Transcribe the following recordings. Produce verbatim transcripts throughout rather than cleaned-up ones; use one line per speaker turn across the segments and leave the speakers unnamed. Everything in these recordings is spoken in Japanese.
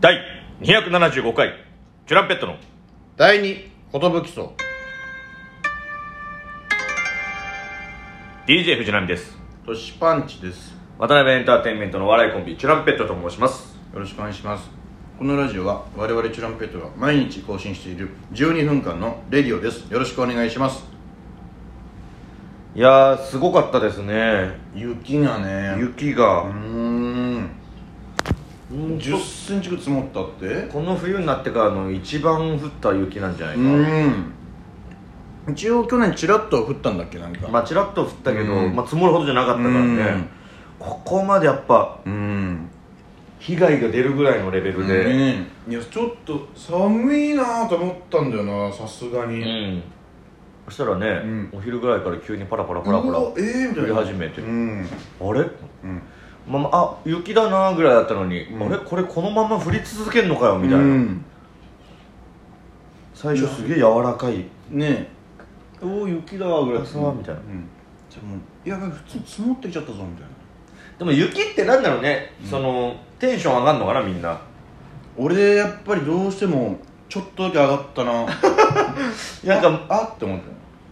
だいにひゃくななじゅうごかいチュランペットの
だいに寿荘
ディージェー 藤波です。
トシパンチです。
渡辺エンターテインメントの笑いコンビチュランペットと申します。
よろしくお願いします。このラジオは我々チュランペットが毎日更新しているじゅうにふんかんのレディオです。よろしくお願いします。
いやーすごかったですね。
雪がね、
雪が
うーんじゅっセンチぐらい積もったって。
この冬になってからの一番降った雪なんじゃないか。
うーん一応去年チラッと降ったんだっけ、なんか
まあちらっと降ったけど、
うん
まあ、積もるほどじゃなかったからね。ここまでやっぱ
うん
被害が出るぐらいのレベルで、
うんいやちょっと寒いなと思ったんだよな、さすがに。
うん、そしたらね、うん、お昼ぐらいから急にパラパラパラパラ降
えー、みたい
り
な
始めて、
うん、
あれ、
うん
まあ、あ雪だなぐらいだったのに、
うん、
あれこれこのまま降り続けんのかよみたいな、うん、最初すげえ柔らかい
ねえ、おお雪だぐらい
さみたいな、うん、
じゃあもうやばい普通に積もってきちゃったぞみたいな。で
も雪ってなんだろうね、うん、そのテンション上がんのかなみんな。
俺やっぱりどうしてもちょっとだけ上がったななんかあって思った。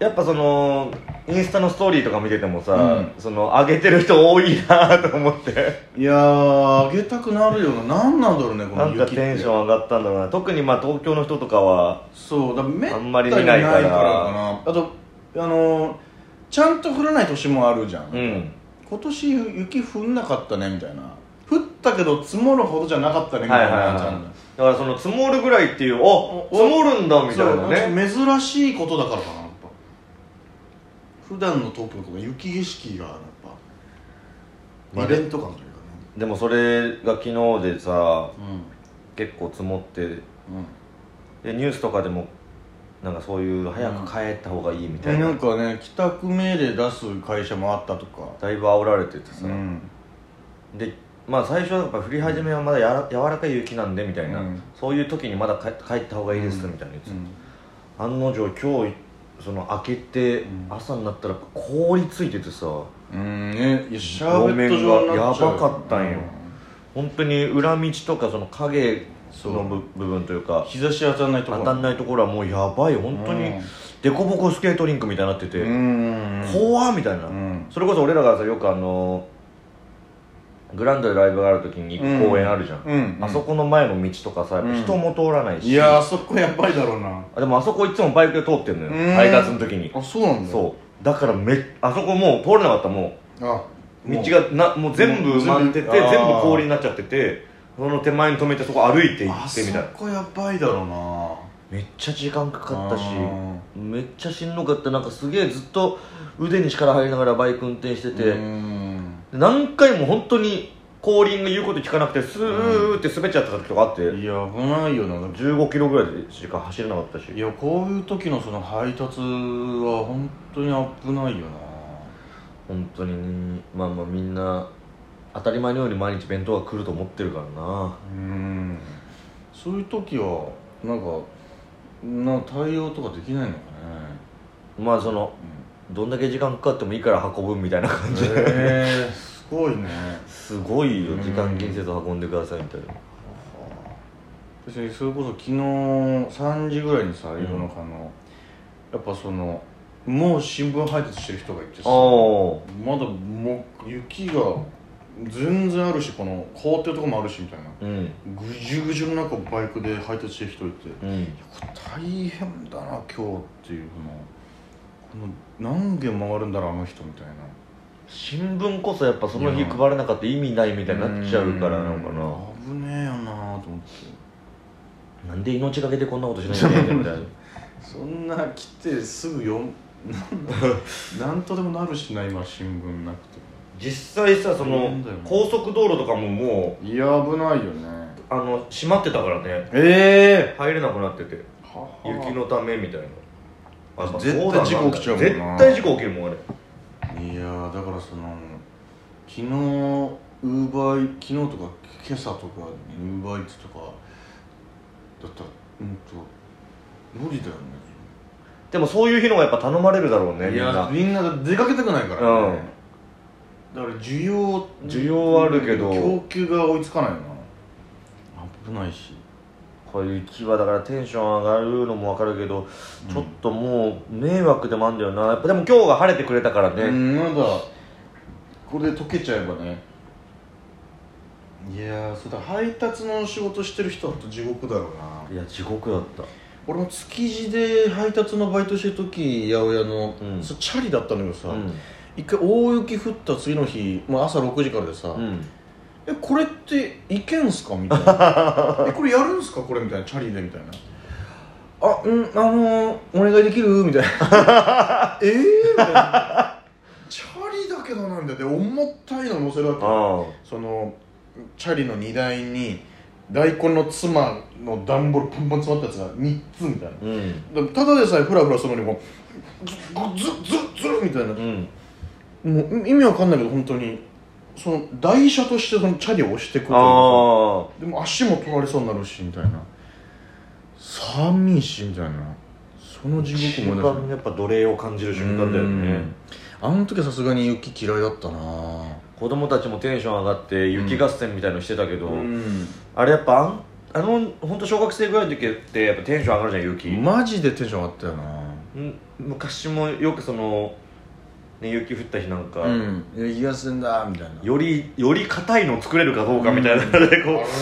やっぱそのインスタのストーリーとか見ててもさ、うん、その上げてる人多いなと思って
いやー上げたくなるよな。何なんだろうねこの雪って。なんか
テンション上がったんだろうな。特にまあ東京の人とかは
そうだめったに
あんまり見ないから
かな。あとあのー、ちゃんと降らない年もあるじゃん、
うん、
今年雪降んなかったねみたいな、降ったけど積もるほどじゃなかったねみたいな、はいはいはい、
だからその積もるぐらいっていう、あ積もるんだみたいなね。
珍しいことだからかな。やっぱ普段の東京とか雪景色がやっぱイベント感というかね。
でもそれが昨日でさ、
うん、結
構積もって、うん、でニュースとかでもなんかそういう早く帰った方がいいみたいな、
うん、なんかね帰宅命令出す会社もあったとか
だいぶ煽られててさ、うん、でまあ最初はやっぱ降り始めはまだやら柔らかい雪なんでみたいな、うん、そういう時にまだ帰った方がいいですみたいなやつ、うん、案の定今日その開けて朝になったら凍りついててさ、
うんね、いやシャーベット状になっちゃう。
やばかったんよ、うん、本当に裏道とかその影の部分というか
日差し当たんないところ
当たんないところはもうやばい本当にデコボコスケートリンクみたいになってて、怖っみたいな、うん、それこそ俺らがさよくあのグランドでライブがある時に行く公園あるじゃん、うんうん、あそこの前の道とかさやっぱ人も通らないし、
いやあそこやばいだろうな。
でもあそこいつもバイクで通ってんのよ配達の時に。
あそうなんだ。
そうだからめあそこもう通れなかった。もうあ道がなもう全部埋まってて全部氷になっちゃってて、その手前に止めてそこ歩いて行ってみたいな。
あそこやばいだろうな。
めっちゃ時間かかったしめっちゃしんどかった。なんかすげえずっと腕に力入りながらバイク運転してて、何回も本当に後輪が言うこと聞かなくてスーって滑っちゃった時とかあって、
いや危ないよな。
じゅうごキロぐらいでしか走れなかったし。
いやこういう時のその配達は本当に危ないよな。
本当にまあまあみんな当たり前のように毎日弁当が来ると思ってるからな。
うん、そういう時はなんかな対応とかできないのかね。
まあその、うん、どんだけ時間かかってもいいから運ぶみたいな感じで、
えー、すごいね。
すごいよ、時間気にせず運んでくださいみたいな。
確かにそれこそ昨日さんじぐらいにさ、夜中のやっぱそのもう新聞配達してる人がいてさ、まだもう雪が全然あるし、この凍ってるとこもあるしみたいな、うん、ぐじゅぐじゅの中バイクで配達してる人いて、うん、いやこれ大変だな今日っていうの、この何軒回るんだろうあの人みたいな。
新聞こそやっぱその日配れなかったら意味ないみたいになっちゃうからなのかな。
危ねえよなと思って、
なんで命がけでこんなことしないといけないみたいな
そんな来てすぐ読んなんとでもなるしな今新聞なくて。
実際さその高速道路とかもも
ういや危ないよね。
あの閉まってたからね。
ええー、
入れなくなっててはは雪のためみたいな。
あ絶対事故起きちゃうもんな。
絶対事故起きるもんあれ。
いやーだからその昨日ウーバー昨日とか今朝とかウーバーイーツとかだったらうんと無理だよね。
でもそういう日のがやっぱ頼まれるだろうね。
いやみんな出かけたくないからね、うん、だから需要
需要はあるけど
供給が追いつかないよな。 危ないし、
こういう雪はだからテンション上がるのも分かるけど、うん、ちょっともう迷惑でもあるんだよな。やっぱでも今日が晴れてくれたからね、
うん、まだこれで溶けちゃえばね。いやー、そうだ、配達の仕事してる人だと地獄だろうな。
いや地獄だった。
俺も築地で配達のバイトしてる時、八百屋の、うん、そチャリだったんだけどさ、うん、一回大雪降った次の日、まあ、朝ろくじからでさ、うん、えこれっていけんすかみたいなえこれやるんすかこれみたいな、チャリでみたいな、あうんあのー、お願いできるみたいなえーみたいなチャリだけどなんだよ。で重たいの乗せるわけ。そのチャリの荷台に大根のつまの段ボールパンパン詰まったやつがみっつみたいな、うん、ただでさえフラフラするのにもうズッズッズッみたいな、うん、もう意味わかんないけど本当にその台車としてそのチャリを押してくるというか、でも足も取られそうになるしみたいな、寒いしみたいな、その地獄もね、
一番やっぱ奴隷を感じる瞬間だよね。
あの時はさすがに雪嫌いだったな。
子供たちもテンション上がって雪合戦みたいのしてたけど、うん、あれやっぱあの本当小学生ぐらいの時ってやっぱテンション上がるじゃん、雪。
マジでテンション上がったよな。
昔もよくその、ね、雪降った日なんか、うん、
雪合戦だみたいな、
よりより硬いのを作れるかどうかみたいな、うん、でこう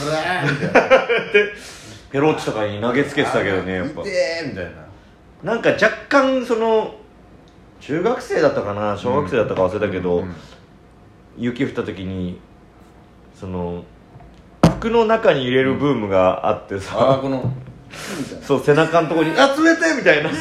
ペロッチとかに投げつけてたけどね、やっぱ
痛えみたいな。
なんか若干その中学生だったかな小学生だったか忘れたけど、うん、雪降った時にその服の中に入れるブームがあってさ、うん、あこのそう背中のところに「あ冷て!」みたいな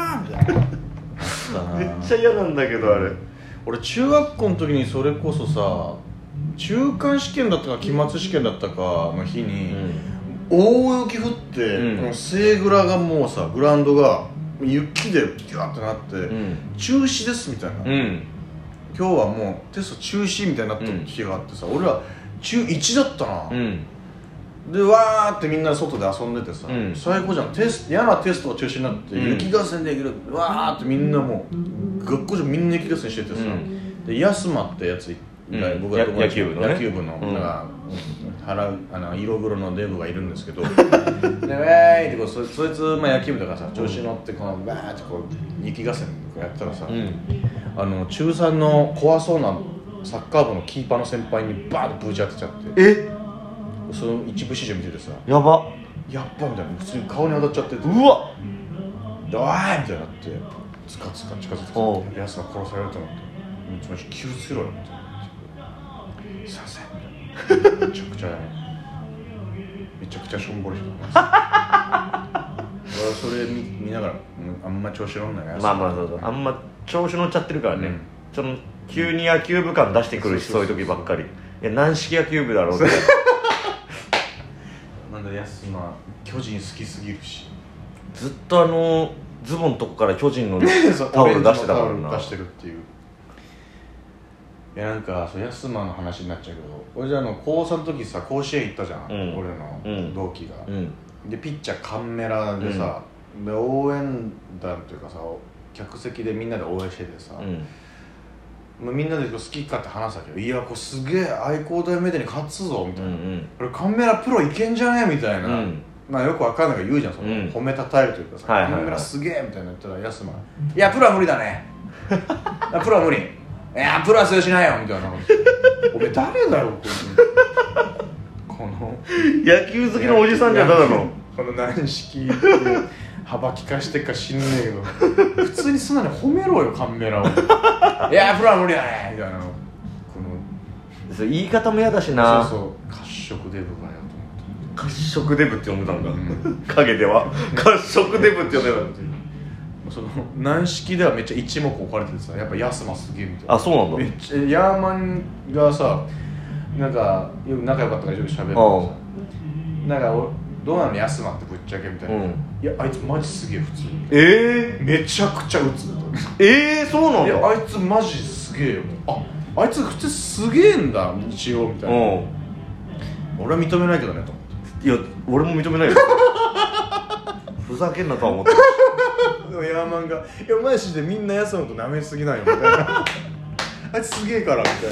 めっちゃ嫌なんだけどあれ。
俺中学校の時にそれこそさ、中間試験だったか期末試験だったかの日に、うん、大雪降って、うん、セーグラがもうさグラウンドが雪でギュワッてなって、うん、中止ですみたいな、うん、今日はもうテスト中止みたいになった日があってさ、うん、俺ら中いちだったな、うん、でわーってみんな外で遊んでてさ、うん、最高じゃん。テス嫌なテストが中止になって、うん、雪合戦できるわーってみんなもう学校中みんな雪合戦しててさ、うん、でヤスマってやつが、うん、僕が
野球部の、ね、
野球部の、うん、なんか腹あの色黒のデブがいるんですけどでウェーイってこう そ, そいつ、まあ、野球部だからさ調子乗ってこのバーってこう雪合戦とかやったらさ、うん、あの中さんの怖そうなサッカー部のキーパーの先輩にバーッとブーチ当てちゃって、
え
その一部始終見ててさ、
やば
やっばみたいな、普通に顔に当たっちゃってて、
うわ
でわーいみたいになってつかつか近づいてきて、ヤスが殺されると思って、ちょっと気をつけろよってすいませんみたいなめちゃくちゃめちゃくちゃしょんぼりしてた俺はそれ 見, 見ながらあんま調子乗んないやつ、
まあまあそうそうあんま調子乗っちゃってるからね、うん、その急に野球部感出してくるし、そういう時ばっかり。いや軟式野球部だろうって
なんだやすま巨人好きすぎるし、
ずっとあのズボンのとこから巨人のタオル出してたからな。
出してるっていう。いやなんかそうヤスマの話になっちゃうけど、俺じゃあの高さんの時さ甲子園行ったじゃん、うん、俺の同期が、うん、でピッチャーカンメラでさ、うん、で応援団というかさ客席でみんなで応援しててさ、うん、みんなで好きかって話したけど、いやこれすげえ愛工大名電に勝つぞみたいな、うんうん、これカンメラプロいけんじゃねえみたいな、うん、まあよくわかんないから言うじゃん、その、うん、褒めたたえるというかさ、はいはいはい、カンメラすげえみたいな言ったらヤスマいやプロは無理だねプロは無理、いやプロは通用しないよみたいなお前誰だよこの
野球好きのおじさんじゃん、ただの
この軟式で幅利かしてっか知んねえけど普通に素直に褒めろよカンメラをいやプロは無理だねみたいな、こ
の言い方も嫌だしな。
そうそう褐色デブがよと思って
褐色デブって呼んでたんだ、うん、影では褐色デブって呼んでたんだ
その軟式ではめっちゃ一目置かれててさ、やっぱヤスマすげえみたいな。
あ、そうなんだ。
めっちゃヤーマンがさ、なんかよく仲良かったからよく喋るけどさ、なんかどうなのヤスマってぶっちゃけみたいな、うん、いやあいつマジすげえ普通に、
えー、
めちゃくちゃ打つ
えー、そうなんだ。
いやあいつマジすげえよ、ああいつ普通すげえんだ一応みたいな、俺は認めないけどねと思って。
いや俺も認めないよふざけんなとは思って
でもヤーマンが「いやマジでみんなヤスマと舐めすぎないよ」みたいなあいつすげえからみたいな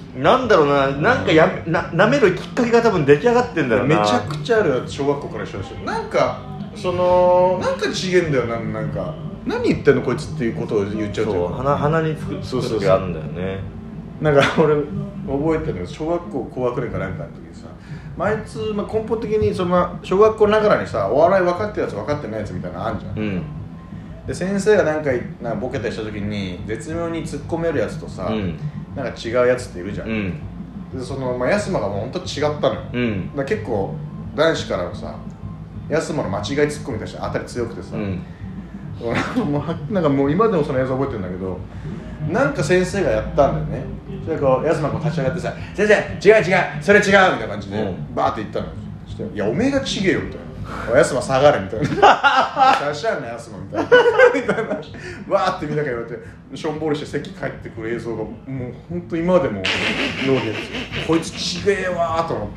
なんだろうな、なんかやめな舐めるきっかけが多分出来上がってんだよな。
めちゃくちゃあるよ、小学校から一緒でしょ。なんかそのなんか違えんだよな、なんか何言ってんのこいつっていうことを言っちゃうと、
そう鼻鼻につく時があるんだよね。
なんか俺覚えてるの小学校高学年かなんかの時にさ、毎つ、まあ、根本的にその、まあ、小学校ながらにさ、お笑い分かってるやつ分かってないやつみたいなのあるじゃん、うん、で先生がなんかなんかボケたりした時に絶妙に突っ込めるやつとさ、うん、なんか違うやつっているじゃん、うん、でその、まあ、ヤスマがもう本当違ったのよ、うん、だ結構男子からのさヤスマの間違い突っ込みたりして当たり強くてさ、うん、もうなんかもう今でもその映像覚えてるんだけど、なんか先生がやったんだよね。それでこうヤスマが立ち上がってさ、先生違う違うそれ違うみたいな感じで、うん、バーって言ったのよ。そしていやおめえがちげえよみたいな、ヤスマ下がれみたいな、シャシャンなヤスマみたいなみたいな、わーってみんなが言われてしょんぼりして席帰ってくる映像がもう本当今でも脳裏ですよ。こいつちげえわーと思って、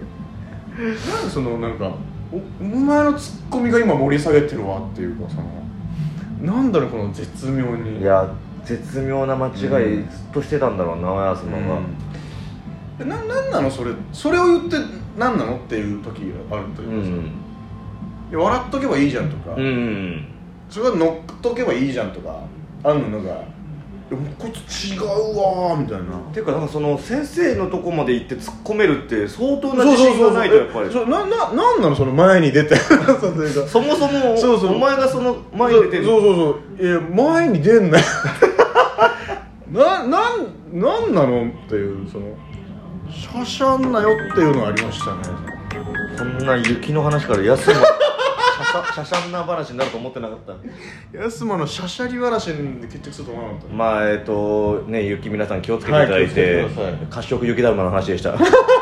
なんでそのなんか お, お前のツッコミが今盛り下げてるわっていうか、そのなんだろうこの絶妙に、
いや絶妙な間違いずっとしてたんだろうな、ヤスマが、
うん、な, なんなのそれそれを言って何なのっていう時があるというかさ、うん、いや笑っとけばいいじゃんとか、うん、それは乗っとけばいいじゃんとかあるのが、いやもうこいつ違うわーみたいな。
っていうか、なんかその先生のとこまで行って突っ込めるって相当な自信がないとやっぱり。
そうそうそうそう、なななんなのその前に出て
そもそもそうそうお前がその前に出てる。
そうそうそう、いや前に出んなよな、なん、なんなのっていう、そのシャシャンなよっていうのがありましたね。
そんな雪の話からヤスマシャシャンな話になると思ってなかった。
ヤスマのシャシャリ話で決着すると思わなかった。
まあえっ、ー、とね、雪皆さん気をつけていただいて、はい、褐色雪だるまの話でした